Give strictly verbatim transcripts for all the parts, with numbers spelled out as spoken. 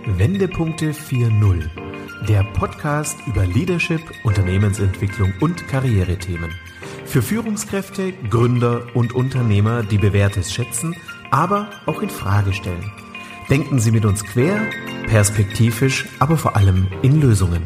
Wendepunkte vier Punkt null, der Podcast über Leadership, Unternehmensentwicklung und Karrierethemen. Für Führungskräfte, Gründer und Unternehmer, die Bewährtes schätzen, aber auch in Frage stellen. Denken Sie mit uns quer, perspektivisch, aber vor allem in Lösungen.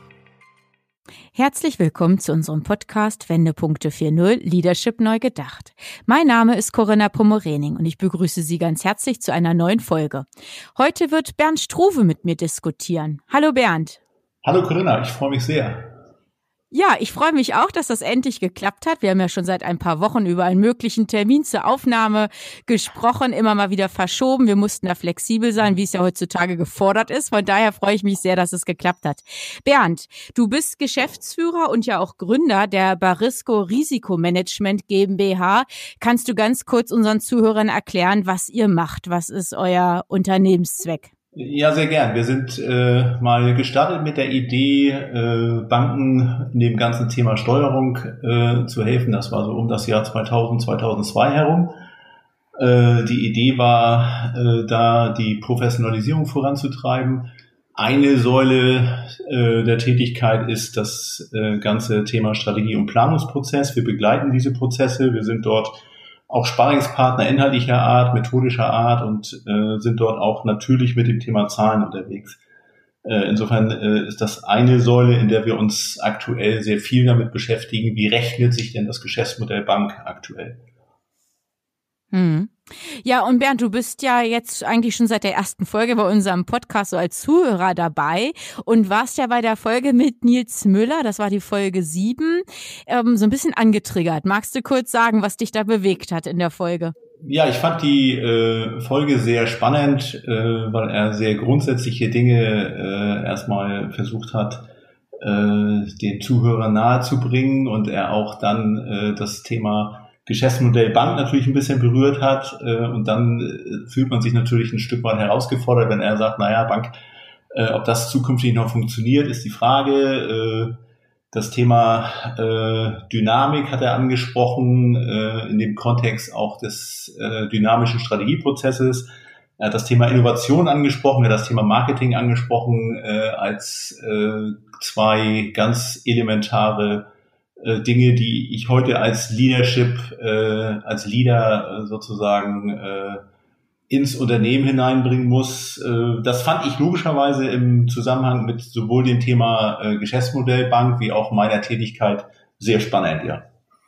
Herzlich willkommen zu unserem Podcast Wendepunkte vier Punkt null Leadership neu gedacht. Mein Name ist Corinna Pomorening und ich begrüße Sie ganz herzlich zu einer neuen Folge. Heute wird Bernd Struve mit mir diskutieren. Hallo Bernd. Hallo Corinna, ich freue mich sehr. Ja, ich freue mich auch, dass das endlich geklappt hat. Wir haben ja schon seit ein paar Wochen über einen möglichen Termin zur Aufnahme gesprochen, immer mal wieder verschoben. Wir mussten da flexibel sein, wie es ja heutzutage gefordert ist. Von daher freue ich mich sehr, dass es geklappt hat. Bernd, du bist Geschäftsführer und ja auch Gründer der Barisco Risikomanagement GmbH. Kannst du ganz kurz unseren Zuhörern erklären, was ihr macht? Was ist euer Unternehmenszweck? Ja, sehr gern. Wir sind äh, mal gestartet mit der Idee, äh, Banken in dem ganzen Thema Steuerung äh, zu helfen. Das war so um das Jahr zweitausend, zweitausendzwei herum. Äh, die Idee war, äh, da die Professionalisierung voranzutreiben. Eine Säule äh, der Tätigkeit ist das äh, ganze Thema Strategie- und Planungsprozess. Wir begleiten diese Prozesse. Wir sind dort auch Sparringspartner inhaltlicher Art, methodischer Art und äh, sind dort auch natürlich mit dem Thema Zahlen unterwegs. Äh, insofern äh, ist das eine Säule, in der wir uns aktuell sehr viel damit beschäftigen. Wie rechnet sich denn das Geschäftsmodell Bank aktuell? Hm. Ja, und Bernd, du bist ja jetzt eigentlich schon seit der ersten Folge bei unserem Podcast so als Zuhörer dabei und warst ja bei der Folge mit Nils Müller, das war die Folge sieben, ähm, so ein bisschen angetriggert. Magst du kurz sagen, was dich da bewegt hat in der Folge? Ja, ich fand die äh, Folge sehr spannend, äh, weil er sehr grundsätzliche Dinge äh, erstmal versucht hat, äh, den Zuhörern nahezubringen und er auch dann äh, das Thema Geschäftsmodell Bank natürlich ein bisschen berührt hat äh, und dann äh, fühlt man sich natürlich ein Stück weit herausgefordert, wenn er sagt, naja, Bank, äh, ob das zukünftig noch funktioniert, ist die Frage. Äh, das Thema äh, Dynamik hat er angesprochen, äh, in dem Kontext auch des äh, dynamischen Strategieprozesses. Er hat das Thema Innovation angesprochen, er hat das Thema Marketing angesprochen äh, als äh, zwei ganz elementare Dinge, die ich heute als Leadership, äh, als Leader äh, sozusagen äh, ins Unternehmen hineinbringen muss. Äh, das fand ich logischerweise im Zusammenhang mit sowohl dem Thema äh, Geschäftsmodell Bank wie auch meiner Tätigkeit sehr spannend, ja.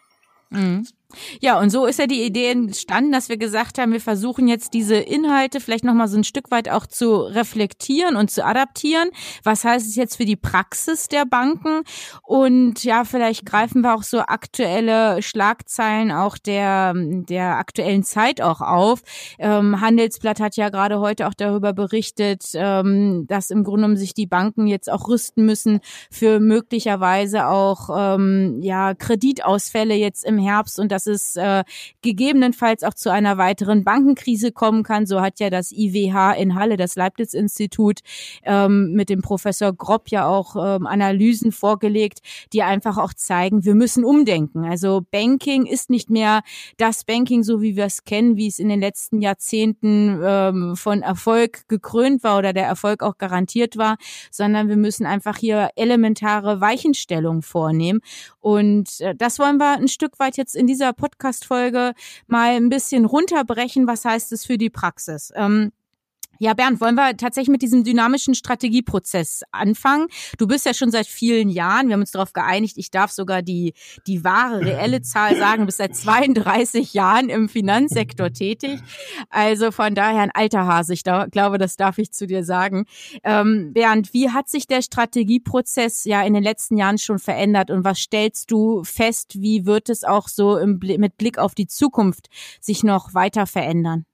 Mhm. Ja, und so ist ja die Idee entstanden, dass wir gesagt haben, wir versuchen jetzt diese Inhalte vielleicht nochmal so ein Stück weit auch zu reflektieren und zu adaptieren. Was heißt es jetzt für die Praxis der Banken? Und ja, vielleicht greifen wir auch so aktuelle Schlagzeilen auch der der aktuellen Zeit auch auf. Ähm, Handelsblatt hat ja gerade heute auch darüber berichtet, ähm, dass im Grunde genommen sich die Banken jetzt auch rüsten müssen für möglicherweise auch ähm, ja Kreditausfälle jetzt im Herbst und das dass es äh, gegebenenfalls auch zu einer weiteren Bankenkrise kommen kann. So hat ja das I W H in Halle, das Leibniz-Institut, ähm, mit dem Professor Grob ja auch ähm, Analysen vorgelegt, die einfach auch zeigen, wir müssen umdenken. Also Banking ist nicht mehr das Banking, so wie wir es kennen, wie es in den letzten Jahrzehnten ähm, von Erfolg gekrönt war oder der Erfolg auch garantiert war, sondern wir müssen einfach hier elementare Weichenstellungen vornehmen. Und äh, das wollen wir ein Stück weit jetzt in dieser Podcast-Folge mal ein bisschen runterbrechen. Was heißt es für die Praxis? Ähm, Ja, Bernd, wollen wir tatsächlich mit diesem dynamischen Strategieprozess anfangen? Du bist ja schon seit vielen Jahren, wir haben uns darauf geeinigt, ich darf sogar die die wahre, reelle Zahl sagen, du bist seit zweiunddreißig Jahren im Finanzsektor tätig. Also von daher ein alter Hase, ich da, glaube, das darf ich zu dir sagen. Ähm, Bernd, wie hat sich der Strategieprozess ja in den letzten Jahren schon verändert und was stellst du fest, wie wird es auch so im, mit Blick auf die Zukunft sich noch weiter verändern?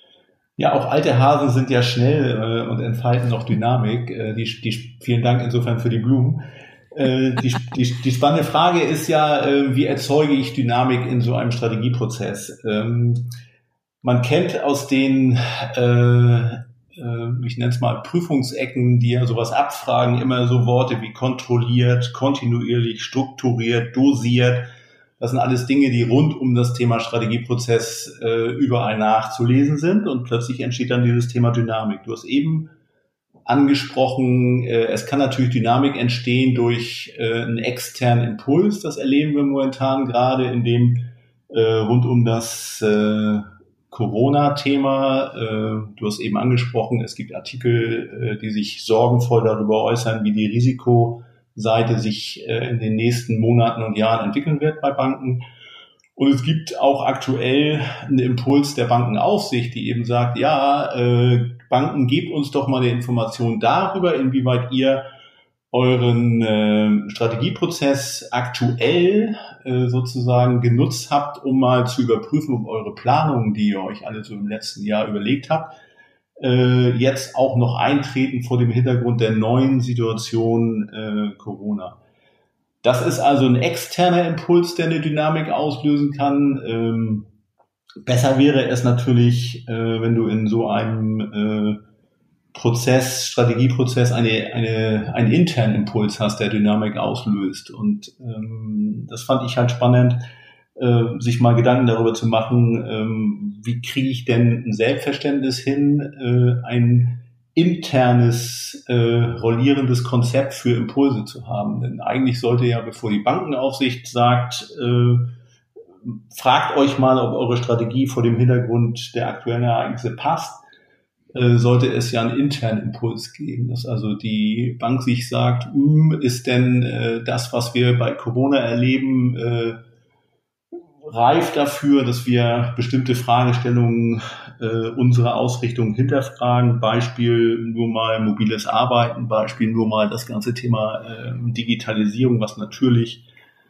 Ja, auch alte Hasen sind ja schnell äh, und entfalten noch Dynamik. Äh, die, die, vielen Dank insofern für die Blumen. Äh, die, die, die spannende Frage ist ja, äh, wie erzeuge ich Dynamik in so einem Strategieprozess? Ähm, man kennt aus den, äh, äh, ich nenne es mal Prüfungsecken, die ja sowas abfragen, immer so Worte wie kontrolliert, kontinuierlich, strukturiert, dosiert. Das sind alles Dinge, die rund um das Thema Strategieprozess äh, überall nachzulesen sind und plötzlich entsteht dann dieses Thema Dynamik. Du hast eben angesprochen, äh, es kann natürlich Dynamik entstehen durch äh, einen externen Impuls. Das erleben wir momentan gerade, in dem äh, rund um das äh, Corona-Thema, äh, du hast eben angesprochen, es gibt Artikel, äh, die sich sorgenvoll darüber äußern, wie die Risikoseite sich äh, in den nächsten Monaten und Jahren entwickeln wird bei Banken. Und es gibt auch aktuell einen Impuls der Bankenaufsicht, die eben sagt, ja, äh, Banken, gebt uns doch mal eine Information darüber, inwieweit ihr euren äh, Strategieprozess aktuell äh, sozusagen genutzt habt, um mal zu überprüfen, ob eure Planungen, die ihr euch alle so im letzten Jahr überlegt habt, äh, jetzt auch noch eintreten vor dem Hintergrund der neuen Situation äh, Corona. Das ist also ein externer Impuls, der eine Dynamik auslösen kann. Ähm, besser wäre es natürlich, äh, wenn du in so einem äh, Prozess, Strategieprozess, eine, eine, einen internen Impuls hast, der Dynamik auslöst. Und ähm, das fand ich halt spannend, äh, sich mal Gedanken darüber zu machen, ähm, wie kriege ich denn ein Selbstverständnis hin, äh, ein internes, äh, rollierendes Konzept für Impulse zu haben. Denn eigentlich sollte ja, bevor die Bankenaufsicht sagt, äh, fragt euch mal, ob eure Strategie vor dem Hintergrund der aktuellen Ereignisse passt, äh, sollte es ja einen internen Impuls geben, dass also die Bank sich sagt, ist denn äh, das, was wir bei Corona erleben, äh, reif dafür, dass wir bestimmte Fragestellungen äh, unserer Ausrichtung hinterfragen. Beispiel nur mal mobiles Arbeiten, Beispiel nur mal das ganze Thema äh, Digitalisierung, was natürlich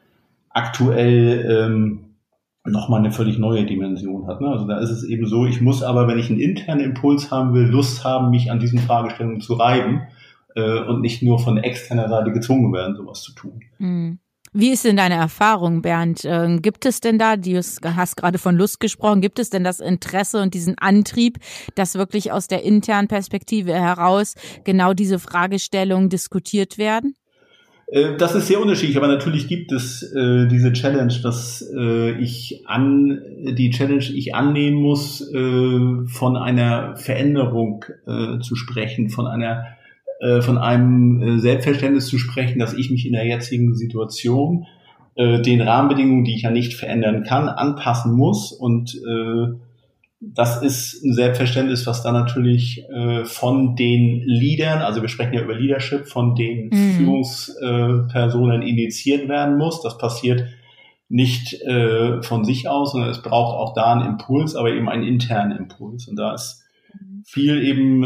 aktuell ähm, nochmal eine völlig neue Dimension hat. Ne? Also da ist es eben so, ich muss aber, wenn ich einen internen Impuls haben will, Lust haben, mich an diesen Fragestellungen zu reiben äh, und nicht nur von externer Seite gezwungen werden, sowas zu tun. Mhm. Wie ist denn deine Erfahrung, Bernd? Ähm, gibt es denn da, du hast gerade von Lust gesprochen, gibt es denn das Interesse und diesen Antrieb, dass wirklich aus der internen Perspektive heraus genau diese Fragestellungen diskutiert werden? Äh, das ist sehr unterschiedlich, aber natürlich gibt es äh, diese Challenge, dass äh, ich an die Challenge ich annehmen muss, äh, von einer Veränderung äh, zu sprechen, von einer von einem Selbstverständnis zu sprechen, dass ich mich in der jetzigen Situation äh, den Rahmenbedingungen, die ich ja nicht verändern kann, anpassen muss. Und äh, das ist ein Selbstverständnis, was dann natürlich äh, von den Leadern, also wir sprechen ja über Leadership, von den mhm. Führungspersonen initiiert werden muss. Das passiert nicht äh, von sich aus, sondern es braucht auch da einen Impuls, aber eben einen internen Impuls. Und da ist viel eben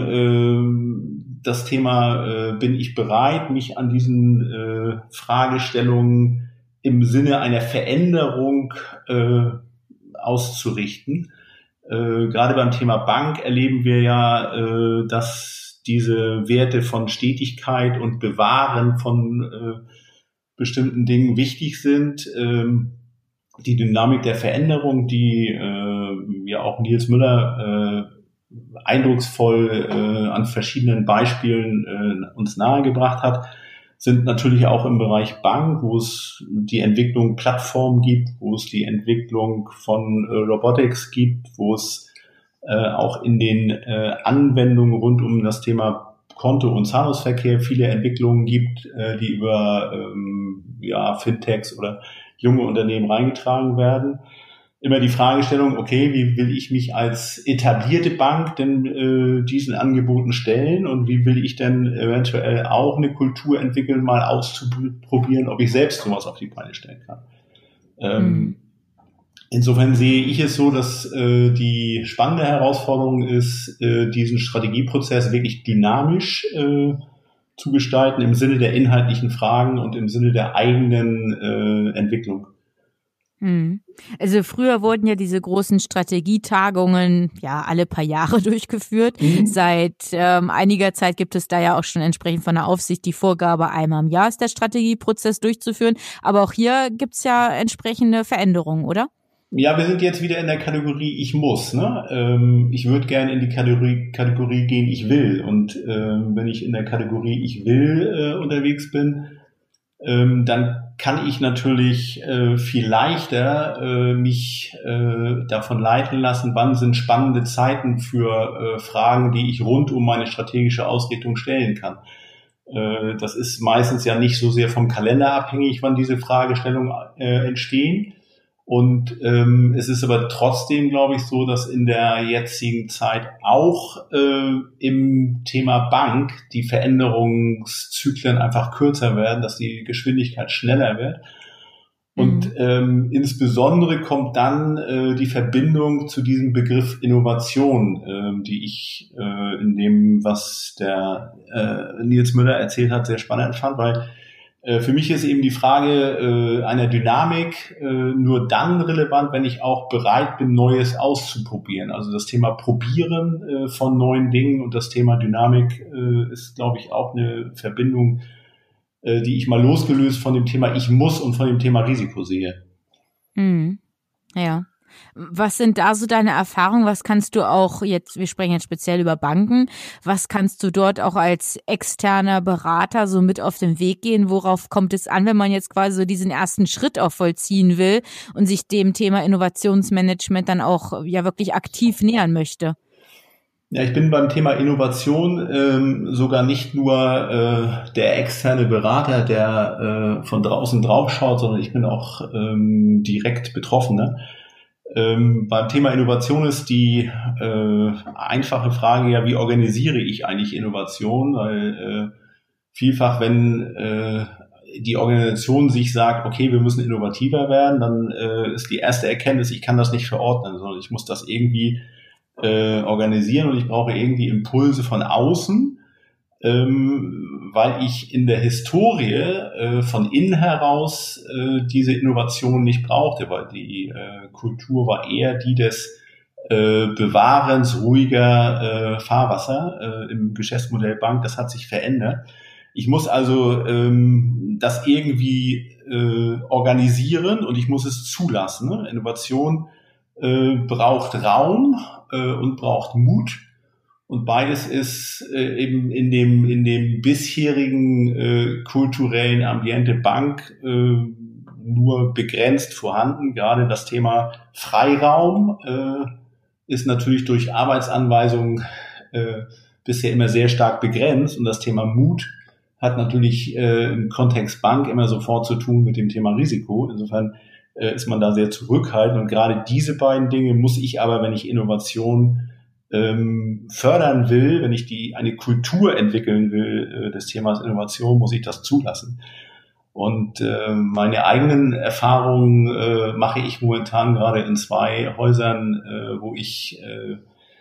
äh, das Thema, äh, bin ich bereit, mich an diesen äh, Fragestellungen im Sinne einer Veränderung äh, auszurichten. Äh, gerade beim Thema Bank erleben wir ja, äh, dass diese Werte von Stetigkeit und Bewahren von äh, bestimmten Dingen wichtig sind. Ähm, die Dynamik der Veränderung, die äh, ja auch Nils Müller äh, eindrucksvoll äh, an verschiedenen Beispielen äh, uns nahegebracht hat, sind natürlich auch im Bereich Bank, wo es die Entwicklung Plattformen gibt, wo es die Entwicklung von äh, Robotics gibt, wo es äh, auch in den äh, Anwendungen rund um das Thema Konto- und Zahlungsverkehr viele Entwicklungen gibt, äh, die über ähm, ja, Fintechs oder junge Unternehmen reingetragen werden. Immer die Fragestellung, okay, wie will ich mich als etablierte Bank denn äh, diesen Angeboten stellen und wie will ich denn eventuell auch eine Kultur entwickeln, mal auszuprobieren, ob ich selbst sowas auf die Beine stellen kann. Ähm, mhm. Insofern sehe ich es so, dass äh, die spannende Herausforderung ist, äh, diesen Strategieprozess wirklich dynamisch äh, zu gestalten im Sinne der inhaltlichen Fragen und im Sinne der eigenen äh, Entwicklung. Also früher wurden ja diese großen Strategietagungen ja alle paar Jahre durchgeführt. Mhm. Seit ähm, einiger Zeit gibt es da ja auch schon entsprechend von der Aufsicht die Vorgabe, einmal im Jahr ist der Strategieprozess durchzuführen. Aber auch hier gibt's ja entsprechende Veränderungen, oder? Ja, wir sind jetzt wieder in der Kategorie ich muss. Ne? Ähm, ich würde gerne in die Kategorie, Kategorie gehen ich will. Und ähm, wenn ich in der Kategorie ich will äh, unterwegs bin, ähm, dann kann ich natürlich äh, viel leichter äh, mich äh, davon leiten lassen, wann sind spannende Zeiten für äh, Fragen, die ich rund um meine strategische Ausrichtung stellen kann. Äh, das ist meistens ja nicht so sehr vom Kalender abhängig, wann diese Fragestellungen äh, entstehen. Und ähm, es ist aber trotzdem, glaube ich, so, dass in der jetzigen Zeit auch äh, im Thema Bank die Veränderungszyklen einfach kürzer werden, dass die Geschwindigkeit schneller wird. Und mhm. ähm, insbesondere kommt dann äh, die Verbindung zu diesem Begriff Innovation, äh, die ich äh, in dem, was der äh, Nils Müller erzählt hat, sehr spannend fand, weil für mich ist eben die Frage äh, einer Dynamik äh, nur dann relevant, wenn ich auch bereit bin, Neues auszuprobieren. Also das Thema Probieren äh, von neuen Dingen und das Thema Dynamik äh, ist, glaube ich, auch eine Verbindung, äh, die ich mal losgelöst von dem Thema Ich muss und von dem Thema Risiko sehe. Mhm. Ja. Was sind da so deine Erfahrungen? Was kannst du auch jetzt, wir sprechen jetzt speziell über Banken, was kannst du dort auch als externer Berater so mit auf den Weg gehen? Worauf kommt es an, wenn man jetzt quasi so diesen ersten Schritt auch vollziehen will und sich dem Thema Innovationsmanagement dann auch ja wirklich aktiv nähern möchte? Ja, ich bin beim Thema Innovation ähm, sogar nicht nur äh, der externe Berater, der äh, von draußen drauf schaut, sondern ich bin auch ähm, direkt Betroffener. Ähm, beim Thema Innovation ist die äh, einfache Frage ja, wie organisiere ich eigentlich Innovation? Weil äh, vielfach, wenn äh, die Organisation sich sagt, okay, wir müssen innovativer werden, dann äh, ist die erste Erkenntnis, ich kann das nicht verordnen, sondern ich muss das irgendwie äh, organisieren und ich brauche irgendwie Impulse von außen, ähm, weil ich in der Historie äh, von innen heraus äh, diese Innovation nicht brauchte, weil die äh, Kultur war eher die des äh, Bewahrens ruhiger äh, Fahrwasser äh, im Geschäftsmodell Bank. Das hat sich verändert. Ich muss also ähm, das irgendwie äh, organisieren und ich muss es zulassen. Ne? Innovation äh, braucht Raum äh, und braucht Mut. Und beides ist äh, eben in dem in dem bisherigen äh, kulturellen Ambiente Bank äh, nur begrenzt vorhanden. Gerade das Thema Freiraum äh, ist natürlich durch Arbeitsanweisungen äh, bisher immer sehr stark begrenzt. Und das Thema Mut hat natürlich äh, im Kontext Bank immer sofort zu tun mit dem Thema Risiko. Insofern äh, ist man da sehr zurückhaltend. Und gerade diese beiden Dinge muss ich aber, wenn ich Innovation ähm, fördern will, wenn ich die eine Kultur entwickeln will äh, des Themas Innovation, muss ich das zulassen. Und äh, meine eigenen Erfahrungen äh, mache ich momentan gerade in zwei Häusern, äh, wo ich äh,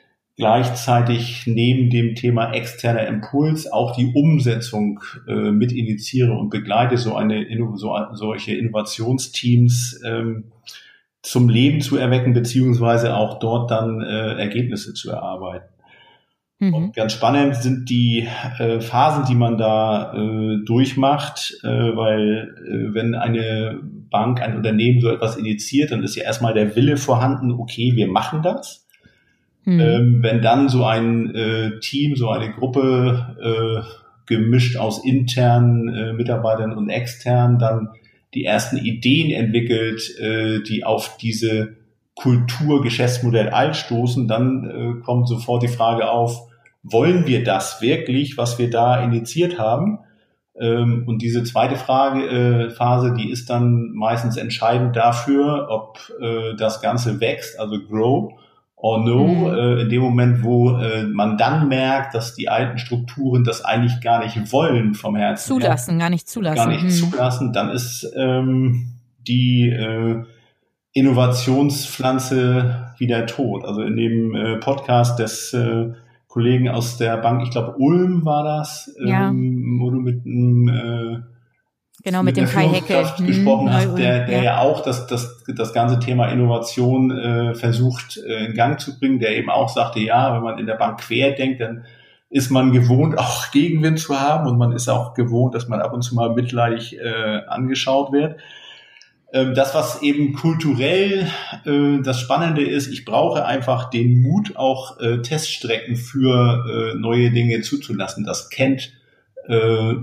gleichzeitig neben dem Thema externer Impuls auch die Umsetzung äh, mit initiiere und begleite, so eine so, solche Innovationsteams ähm, zum Leben zu erwecken, beziehungsweise auch dort dann äh, Ergebnisse zu erarbeiten. Mhm. Und ganz spannend sind die äh, Phasen, die man da äh, durchmacht, äh, weil äh, wenn eine Bank, ein Unternehmen so etwas initiiert, dann ist ja erstmal der Wille vorhanden, okay, wir machen das. Mhm. Ähm, wenn dann so ein äh, Team, so eine Gruppe äh, gemischt aus internen äh, Mitarbeitern und externen dann die ersten Ideen entwickelt, äh, die auf diese Kultur-Geschäftsmodell einstoßen, dann äh, kommt sofort die Frage auf, wollen wir das wirklich, was wir da initiiert haben? Ähm, und diese zweite Frage, äh, Phase, die ist dann meistens entscheidend dafür, ob äh, das Ganze wächst, also grow or no, mhm. äh, in dem Moment, wo äh, man dann merkt, dass die alten Strukturen das eigentlich gar nicht wollen vom Herzen Zulassen, her, gar nicht zulassen. Gar nicht mhm. zulassen, dann ist ähm, die äh, Innovationspflanze wieder tot. Also in dem äh, Podcast des äh, Kollegen aus der Bank, ich glaube Ulm war das, ja. ähm, wo du mit einem äh, Genau, mit, mit dem Kai Heckel gesprochen hm, hast, der, der ja. ja auch das, das, das ganze Thema Innovation äh, versucht äh, in Gang zu bringen, der eben auch sagte, ja, wenn man in der Bank quer denkt, dann ist man gewohnt, auch Gegenwind zu haben und man ist auch gewohnt, dass man ab und zu mal mitleidig äh, angeschaut wird. Ähm, das, was eben kulturell äh, das Spannende ist, ich brauche einfach den Mut, auch äh, Teststrecken für äh, neue Dinge zuzulassen. Das kennt äh,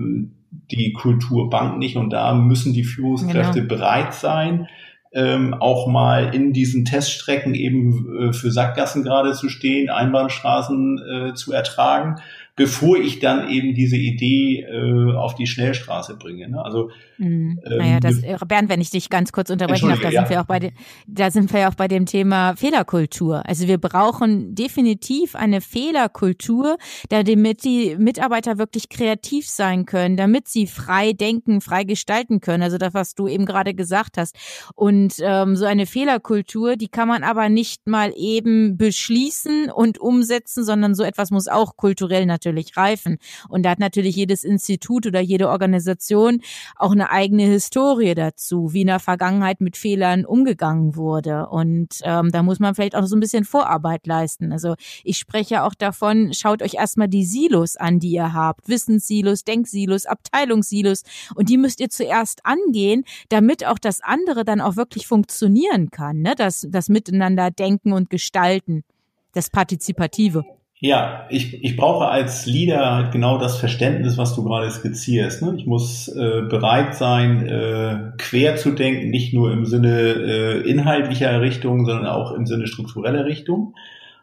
die Kulturbank nicht. Und da müssen die Führungskräfte genau. bereit sein, ähm, auch mal in diesen Teststrecken eben äh, für Sackgassen gerade zu stehen, Einbahnstraßen äh, zu ertragen, bevor ich dann eben diese Idee äh, auf die Schnellstraße bringe. Ne? Also mhm. ähm, naja, das, Bernd, wenn ich dich ganz kurz unterbrechen darf, da ja. sind wir auch bei de, da sind wir ja auch bei dem Thema Fehlerkultur. Also wir brauchen definitiv eine Fehlerkultur, damit die Mitarbeiter wirklich kreativ sein können, damit sie frei denken, frei gestalten können. Also das, was du eben gerade gesagt hast. Und ähm, so eine Fehlerkultur, die kann man aber nicht mal eben beschließen und umsetzen, sondern so etwas muss auch kulturell natürlich natürlich reifen. Und da hat natürlich jedes Institut oder jede Organisation auch eine eigene Historie dazu, wie in der Vergangenheit mit Fehlern umgegangen wurde. Und ähm, da muss man vielleicht auch so ein bisschen Vorarbeit leisten. Also ich spreche auch davon, schaut euch erstmal die Silos an, die ihr habt. Wissenssilos, Denksilos, Abteilungssilos. Und die müsst ihr zuerst angehen, damit auch das andere dann auch wirklich funktionieren kann, ne? Das, das Miteinander denken und gestalten, das Partizipative. Ja, ich, ich brauche als Leader halt genau das Verständnis, was du gerade skizzierst. Ne? Ich muss äh, bereit sein, äh, quer zu denken, nicht nur im Sinne äh, inhaltlicher Richtung, sondern auch im Sinne struktureller Richtung.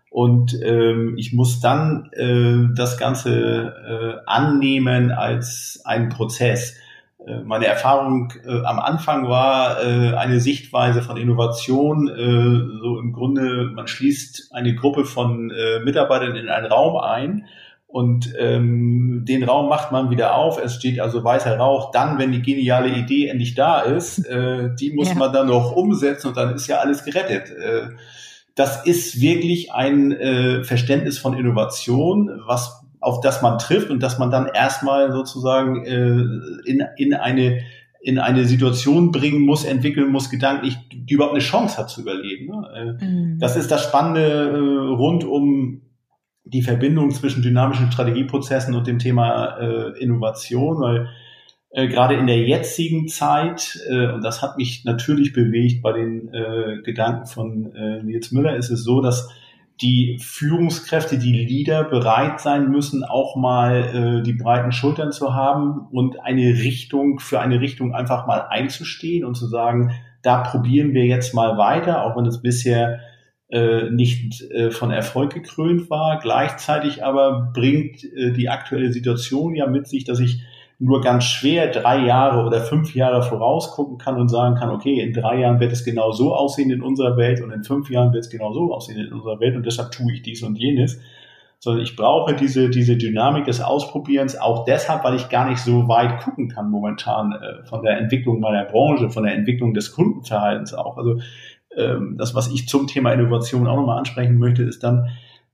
Und ähm, ich muss dann äh, das Ganze äh, annehmen als einen Prozess. Meine Erfahrung äh, am Anfang war äh, eine Sichtweise von Innovation, äh, so im Grunde, man schließt eine Gruppe von äh, Mitarbeitern in einen Raum ein und ähm, den Raum macht man wieder auf, es steht also weißer Rauch, dann, wenn die geniale Idee endlich da ist, äh, die muss ja. man dann noch umsetzen und dann ist ja alles gerettet. Äh, das ist wirklich ein äh, Verständnis von Innovation, was auf das man trifft und dass man dann erstmal sozusagen äh, in in eine in eine Situation bringen muss, entwickeln muss, gedanklich, die überhaupt eine Chance hat zu überleben. Ne? Äh, mhm. Das ist das Spannende äh, rund um die Verbindung zwischen dynamischen Strategieprozessen und dem Thema äh, Innovation, weil äh, gerade in der jetzigen Zeit, äh, und das hat mich natürlich bewegt bei den äh, Gedanken von äh, Nils Müller, ist es so, dass die Führungskräfte, die Leader bereit sein müssen, auch mal äh, die breiten Schultern zu haben und eine Richtung, für eine Richtung einfach mal einzustehen und zu sagen, da probieren wir jetzt mal weiter, auch wenn es bisher äh, nicht äh, von Erfolg gekrönt war. Gleichzeitig aber bringt äh, die aktuelle Situation ja mit sich, dass ich nur ganz schwer drei Jahre oder fünf Jahre vorausgucken kann und sagen kann, okay, in drei Jahren wird es genau so aussehen in unserer Welt und in fünf Jahren wird es genau so aussehen in unserer Welt und deshalb tue ich dies und jenes. Sondern ich brauche diese diese Dynamik des Ausprobierens auch deshalb, weil ich gar nicht so weit gucken kann momentan äh, von der Entwicklung meiner Branche, von der Entwicklung des Kundenverhaltens auch. Also ähm, das, was ich zum Thema Innovation auch nochmal ansprechen möchte, ist dann,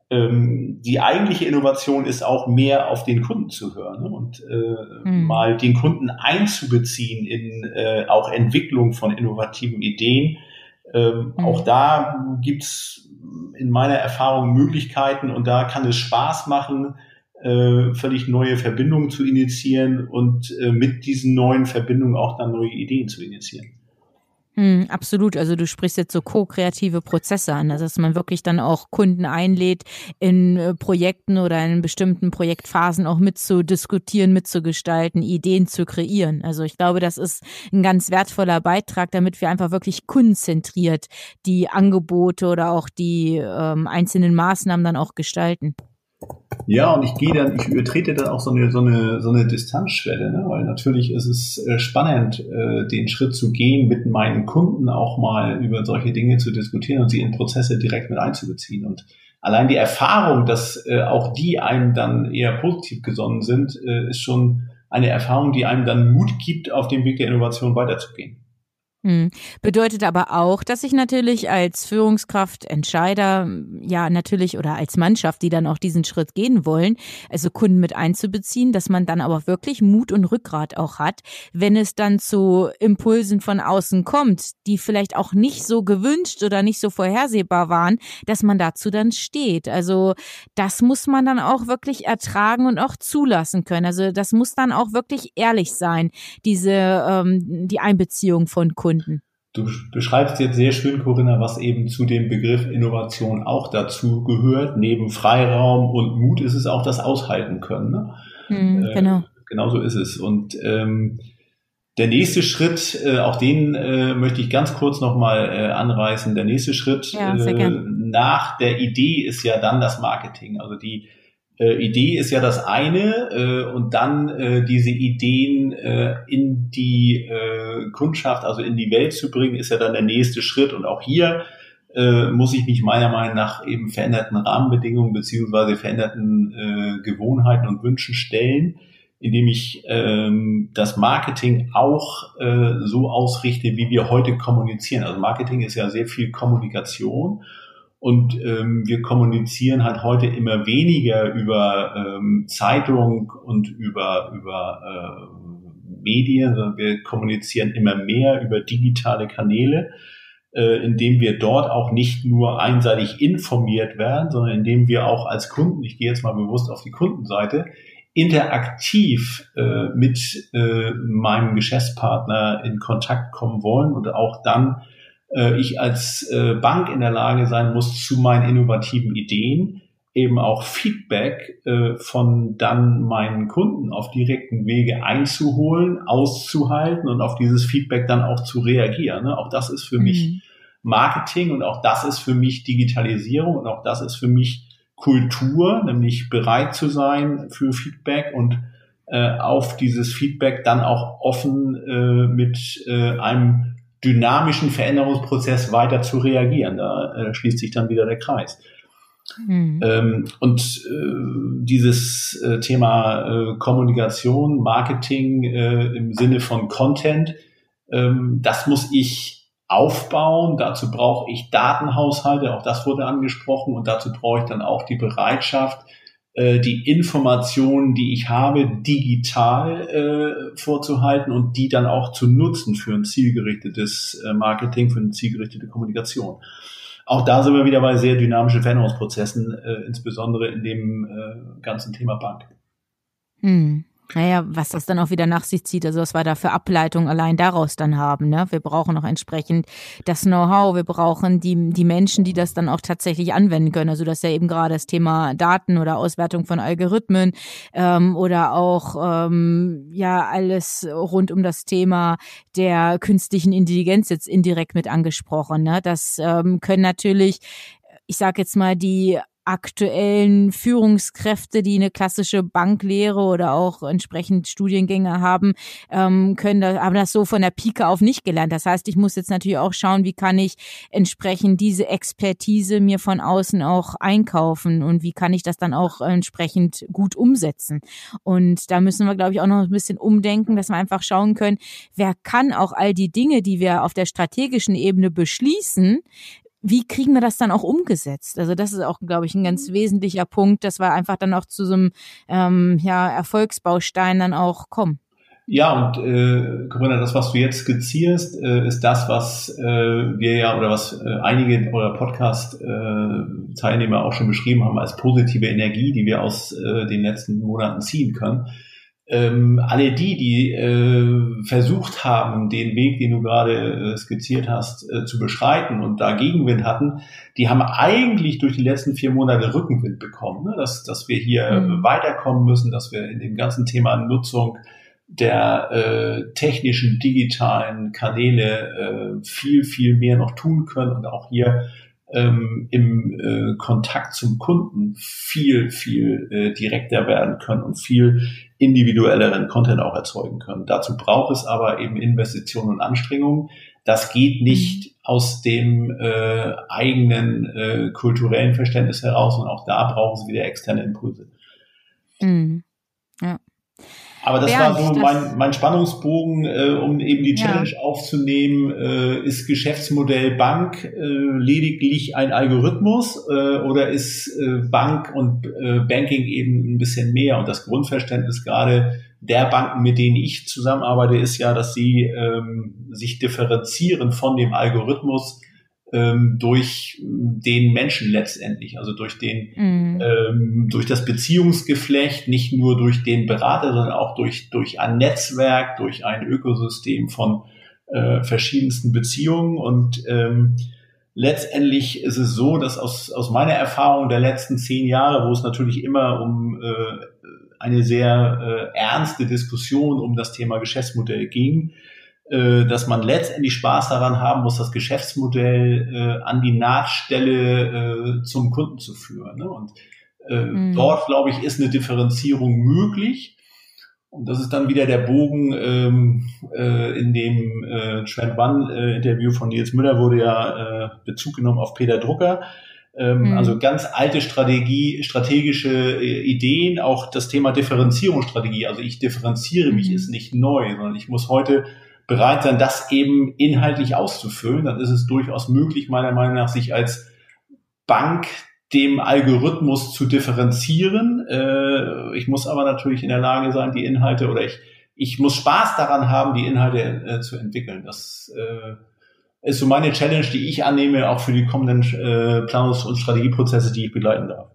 die eigentliche Innovation ist auch mehr auf den Kunden zu hören, ne? Und äh, mhm. mal den Kunden einzubeziehen in äh, auch Entwicklung von innovativen Ideen. Ähm, mhm. Auch da gibt's in meiner Erfahrung Möglichkeiten und da kann es Spaß machen, äh, völlig neue Verbindungen zu initiieren und äh, mit diesen neuen Verbindungen auch dann neue Ideen zu initiieren. Hm, absolut. Also du sprichst jetzt so ko-kreative Prozesse an, also dass man wirklich dann auch Kunden einlädt, in äh, Projekten oder in bestimmten Projektphasen auch mitzudiskutieren, mitzugestalten, Ideen zu kreieren. Also ich glaube, das ist ein ganz wertvoller Beitrag, damit wir einfach wirklich kundenzentriert die Angebote oder auch die ähm, einzelnen Maßnahmen dann auch gestalten. Ja, und ich gehe dann, ich übertrete dann auch so eine so eine so eine Distanzschwelle, ne? Weil natürlich ist es äh, spannend, äh, den Schritt zu gehen, mit meinen Kunden auch mal über solche Dinge zu diskutieren und sie in Prozesse direkt mit einzubeziehen. Und allein die Erfahrung, dass äh, auch die einem dann eher positiv gesonnen sind, äh, ist schon eine Erfahrung, die einem dann Mut gibt, auf dem Weg der Innovation weiterzugehen. Hm. Bedeutet aber auch, dass ich natürlich als Führungskraft, Entscheider, ja natürlich oder als Mannschaft, die dann auch diesen Schritt gehen wollen, also Kunden mit einzubeziehen, dass man dann aber wirklich Mut und Rückgrat auch hat, wenn es dann zu Impulsen von außen kommt, die vielleicht auch nicht so gewünscht oder nicht so vorhersehbar waren, dass man dazu dann steht. Also das muss man dann auch wirklich ertragen und auch zulassen können. Also das muss dann auch wirklich ehrlich sein, diese ähm, die Einbeziehung von Kunden. Du beschreibst jetzt sehr schön, Corinna, was eben zu dem Begriff Innovation auch dazu gehört. Neben Freiraum und Mut ist es auch das Aushalten können. Ne? Mhm, genau. Äh, genau so ist es. Und ähm, der nächste Schritt, äh, auch den äh, möchte ich ganz kurz nochmal äh, anreißen. Der nächste Schritt ja, sehr äh, gern. nach der Idee ist ja dann das Marketing. Also die äh, Idee ist ja das eine äh, und dann äh, diese Ideen äh, in die äh, Kundschaft, also in die Welt zu bringen, ist ja dann der nächste Schritt. Und auch hier äh, muss ich mich meiner Meinung nach eben veränderten Rahmenbedingungen beziehungsweise veränderten äh, Gewohnheiten und Wünschen stellen, indem ich ähm, das Marketing auch äh, so ausrichte, wie wir heute kommunizieren. Also Marketing ist ja sehr viel Kommunikation und ähm, wir kommunizieren halt heute immer weniger über ähm, Zeitung und über über äh, Medien, sondern wir kommunizieren immer mehr über digitale Kanäle, äh, indem wir dort auch nicht nur einseitig informiert werden, sondern indem wir auch als Kunden, ich gehe jetzt mal bewusst auf die Kundenseite, interaktiv äh, mit äh, meinem Geschäftspartner in Kontakt kommen wollen und auch dann äh, ich als äh, Bank in der Lage sein muss, zu meinen innovativen Ideen eben auch Feedback äh, von dann meinen Kunden auf direkten Wege einzuholen, auszuhalten und auf dieses Feedback dann auch zu reagieren. Ne? Auch das ist für mhm. mich Marketing und auch das ist für mich Digitalisierung und auch das ist für mich Kultur, nämlich bereit zu sein für Feedback und äh, auf dieses Feedback dann auch offen äh, mit äh, einem dynamischen Veränderungsprozess weiter zu reagieren. Da äh, schließt sich dann wieder der Kreis. Mhm. Ähm, und äh, dieses äh, Thema äh, Kommunikation, Marketing äh, im Sinne von Content, ähm, das muss ich aufbauen. Dazu brauche ich Datenhaushalte, auch das wurde angesprochen, und dazu brauche ich dann auch die Bereitschaft, äh, die Informationen, die ich habe, digital äh, vorzuhalten und die dann auch zu nutzen für ein zielgerichtetes äh, Marketing, für eine zielgerichtete Kommunikation. Auch da sind wir wieder bei sehr dynamischen Veränderungsprozessen, äh, insbesondere in dem äh, ganzen Thema Bank. Hm. Naja, was das dann auch wieder nach sich zieht, also was wir da für Ableitungen allein daraus dann haben, ne? Wir brauchen auch entsprechend das Know-how, wir brauchen die die Menschen, die das dann auch tatsächlich anwenden können. Also das ist ja eben gerade das Thema Daten oder Auswertung von Algorithmen ähm, oder auch ähm, ja alles rund um das Thema der künstlichen Intelligenz jetzt indirekt mit angesprochen, ne? Das ähm, können natürlich, ich sag jetzt mal, die aktuellen Führungskräfte, die eine klassische Banklehre oder auch entsprechend Studiengänge haben, ähm, können das, haben das so von der Pike auf nicht gelernt. Das heißt, ich muss jetzt natürlich auch schauen, wie kann ich entsprechend diese Expertise mir von außen auch einkaufen und wie kann ich das dann auch entsprechend gut umsetzen. Und da müssen wir, glaube ich, auch noch ein bisschen umdenken, dass wir einfach schauen können, wer kann auch all die Dinge, die wir auf der strategischen Ebene beschließen, wie kriegen wir das dann auch umgesetzt? Also das ist auch, glaube ich, ein ganz wesentlicher Punkt, dass wir einfach dann auch zu so einem ähm, ja, Erfolgsbaustein dann auch kommen. Ja, und äh, Corinna, das, was du jetzt skizzierst, äh, ist das, was äh, wir ja oder was äh, einige eurer Podcast-Teilnehmer äh, auch schon beschrieben haben als positive Energie, die wir aus äh, den letzten Monaten ziehen können. Ähm, alle die, die äh, versucht haben, den Weg, den du gerade äh, skizziert hast, äh, zu beschreiten und da Gegenwind hatten, die haben eigentlich durch die letzten vier Monate Rückenwind bekommen, ne? dass, dass wir hier mhm. weiterkommen müssen, dass wir in dem ganzen Thema Nutzung der äh, technischen, digitalen Kanäle äh, viel, viel mehr noch tun können und auch hier ähm, im äh, Kontakt zum Kunden viel, viel äh, direkter werden können und viel individuelleren Content auch erzeugen können. Dazu braucht es aber eben Investitionen und Anstrengungen. Das geht nicht mhm. aus dem äh, eigenen äh, kulturellen Verständnis heraus und auch da brauchen sie wieder externe Impulse. Mhm. Ja. Aber das Bernd, war so mein, mein Spannungsbogen, äh, um eben die Challenge ja. aufzunehmen. Äh, ist Geschäftsmodell Bank äh, lediglich ein Algorithmus äh, oder ist äh, Bank und äh, Banking eben ein bisschen mehr? Und das Grundverständnis gerade der Banken, mit denen ich zusammenarbeite, ist ja, dass sie ähm, sich differenzieren von dem Algorithmus ähm, durch den Menschen letztendlich, also durch den mhm. ähm, durch das Beziehungsgeflecht, nicht nur durch den Berater, sondern auch durch durch ein Netzwerk, durch ein Ökosystem von äh, verschiedensten Beziehungen. Und ähm, letztendlich ist es so, dass aus aus meiner Erfahrung der letzten zehn Jahre, wo es natürlich immer um äh, eine sehr äh, ernste Diskussion um das Thema Geschäftsmodell ging, äh, dass man letztendlich Spaß daran haben muss, das Geschäftsmodell äh, an die Nahtstelle äh, zum Kunden zu führen. Ne? Und äh, mhm. dort, glaube ich, ist eine Differenzierung möglich. Und das ist dann wieder der Bogen ähm, äh, in dem äh, Trend One äh, Interview von Nils Müller wurde ja äh, Bezug genommen auf Peter Drucker. Ähm, mhm. Also ganz alte Strategie, strategische äh, Ideen, auch das Thema Differenzierungsstrategie. Also ich differenziere mich, mhm. ist nicht neu, sondern ich muss heute bereit sein, das eben inhaltlich auszufüllen. Dann ist es durchaus möglich, meiner Meinung nach, sich als Bank dem Algorithmus zu differenzieren. Äh, ich muss aber natürlich in der Lage sein, die Inhalte oder ich, ich muss Spaß daran haben, die Inhalte äh, zu entwickeln. Das äh, ist so meine Challenge, die ich annehme, auch für die kommenden äh, Planungs- und Strategieprozesse, die ich begleiten darf.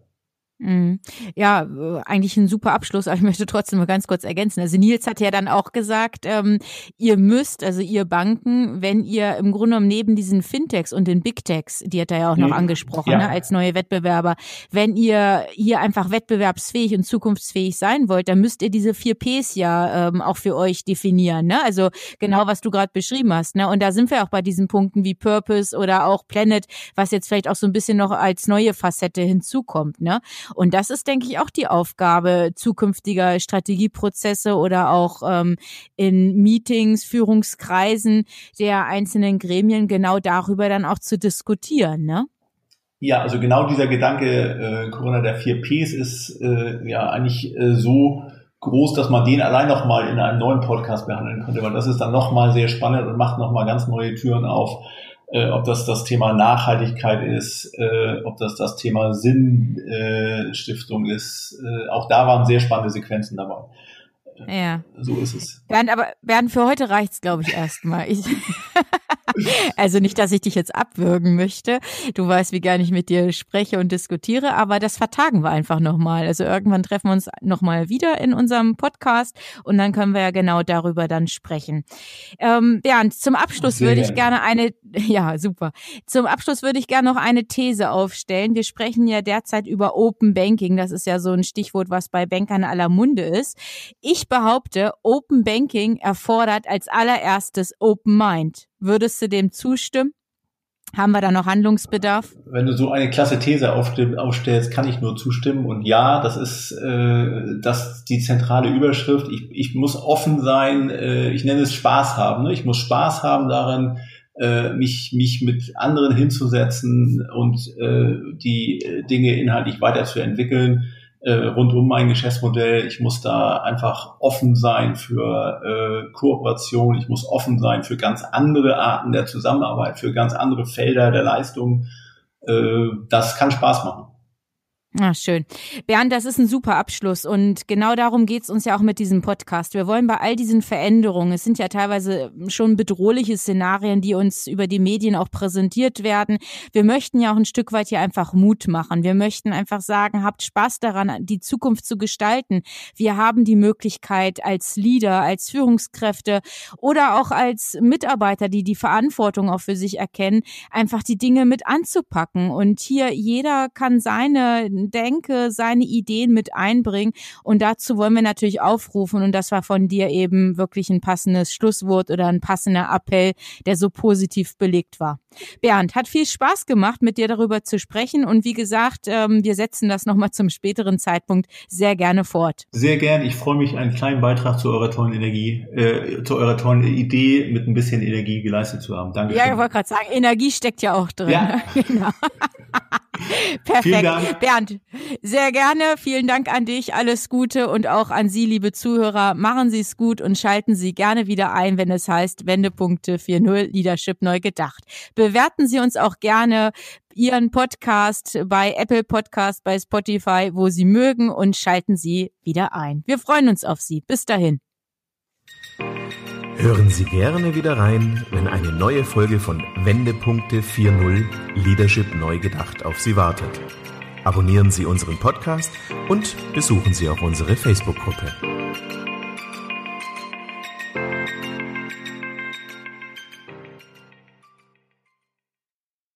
Ja, eigentlich ein super Abschluss, aber ich möchte trotzdem mal ganz kurz ergänzen. Also Nils hat ja dann auch gesagt, ähm, ihr müsst, also ihr Banken, wenn ihr im Grunde genommen neben diesen Fintechs und den Big Techs, die hat er ja auch noch mhm. angesprochen, ja. ne, als neue Wettbewerber, wenn ihr hier einfach wettbewerbsfähig und zukunftsfähig sein wollt, dann müsst ihr diese vier Ps ja ähm, auch für euch definieren. Ne? Also genau, was du gerade beschrieben hast. Ne? Und da sind wir auch bei diesen Punkten wie Purpose oder auch Planet, was jetzt vielleicht auch so ein bisschen noch als neue Facette hinzukommt. Ne? Und das ist, denke ich, auch die Aufgabe zukünftiger Strategieprozesse oder auch ähm, in Meetings, Führungskreisen der einzelnen Gremien genau darüber dann auch zu diskutieren, ne? Ja, also genau dieser Gedanke, äh, Corinna, der vier Ps ist äh, ja eigentlich äh, so groß, dass man den allein nochmal in einem neuen Podcast behandeln könnte, weil das ist dann nochmal sehr spannend und macht nochmal ganz neue Türen auf. Äh, ob das das Thema Nachhaltigkeit ist, äh, ob das das Thema Sinnstiftung äh, ist. Äh, auch da waren sehr spannende Sequenzen dabei. Äh, ja. So ist es. Bernd, aber Bernd, für heute reicht's, glaube ich, erstmal. Ich Also nicht, dass ich dich jetzt abwürgen möchte. Du weißt, wie gerne ich mit dir spreche und diskutiere, aber das vertagen wir einfach nochmal. Also irgendwann treffen wir uns nochmal wieder in unserem Podcast und dann können wir ja genau darüber dann sprechen. Ähm, Bernd, zum Abschluss Sehr würde ich gerne eine, ja, super. Zum Abschluss würde ich gerne noch eine These aufstellen. Wir sprechen ja derzeit über Open Banking. Das ist ja so ein Stichwort, was bei Bankern aller Munde ist. Ich behaupte, Open Banking erfordert als allererstes Open Mind. Würdest du dem zustimmen? Haben wir da noch Handlungsbedarf? Wenn du so eine klasse These aufstellst, kann ich nur zustimmen. Und ja, das ist äh, das die zentrale Überschrift. Ich, ich muss offen sein, äh, ich nenne es Spaß haben. Ne? Ich muss Spaß haben daran, äh, mich, mich mit anderen hinzusetzen und äh, die Dinge inhaltlich weiterzuentwickeln. Äh, rund um mein Geschäftsmodell. Ich muss da einfach offen sein für äh, Kooperation. Ich muss offen sein für ganz andere Arten der Zusammenarbeit, für ganz andere Felder der Leistung. Äh, das kann Spaß machen. Ah, schön. Bernd, das ist ein super Abschluss und genau darum geht's uns ja auch mit diesem Podcast. Wir wollen bei all diesen Veränderungen, es sind ja teilweise schon bedrohliche Szenarien, die uns über die Medien auch präsentiert werden. Wir möchten ja auch ein Stück weit hier einfach Mut machen. Wir möchten einfach sagen, habt Spaß daran, die Zukunft zu gestalten. Wir haben die Möglichkeit als Leader, als Führungskräfte oder auch als Mitarbeiter, die die Verantwortung auch für sich erkennen, einfach die Dinge mit anzupacken. Und hier jeder kann seine Denke, seine Ideen mit einbringen und dazu wollen wir natürlich aufrufen und das war von dir eben wirklich ein passendes Schlusswort oder ein passender Appell, der so positiv belegt war. Bernd, hat viel Spaß gemacht, mit dir darüber zu sprechen und wie gesagt, wir setzen das nochmal zum späteren Zeitpunkt sehr gerne fort. Sehr gern, ich freue mich, einen kleinen Beitrag zu eurer tollen Energie, äh, zu eurer tollen Idee mit ein bisschen Energie geleistet zu haben. Danke. Ja, ich wollte gerade sagen, Energie steckt ja auch drin. Ja. Genau. Perfekt. Vielen Dank. Bernd, sehr gerne. Vielen Dank an dich. Alles Gute und auch an Sie, liebe Zuhörer. Machen Sie es gut und schalten Sie gerne wieder ein, wenn es heißt Wendepunkte vier Punkt null Leadership neu gedacht. Bewerten Sie uns auch gerne Ihren Podcast bei Apple Podcast, bei Spotify, wo Sie mögen und schalten Sie wieder ein. Wir freuen uns auf Sie. Bis dahin. Hören Sie gerne wieder rein, wenn eine neue Folge von Wendepunkte vier Punkt null Leadership neu gedacht auf Sie wartet. Abonnieren Sie unseren Podcast und besuchen Sie auch unsere Facebook-Gruppe.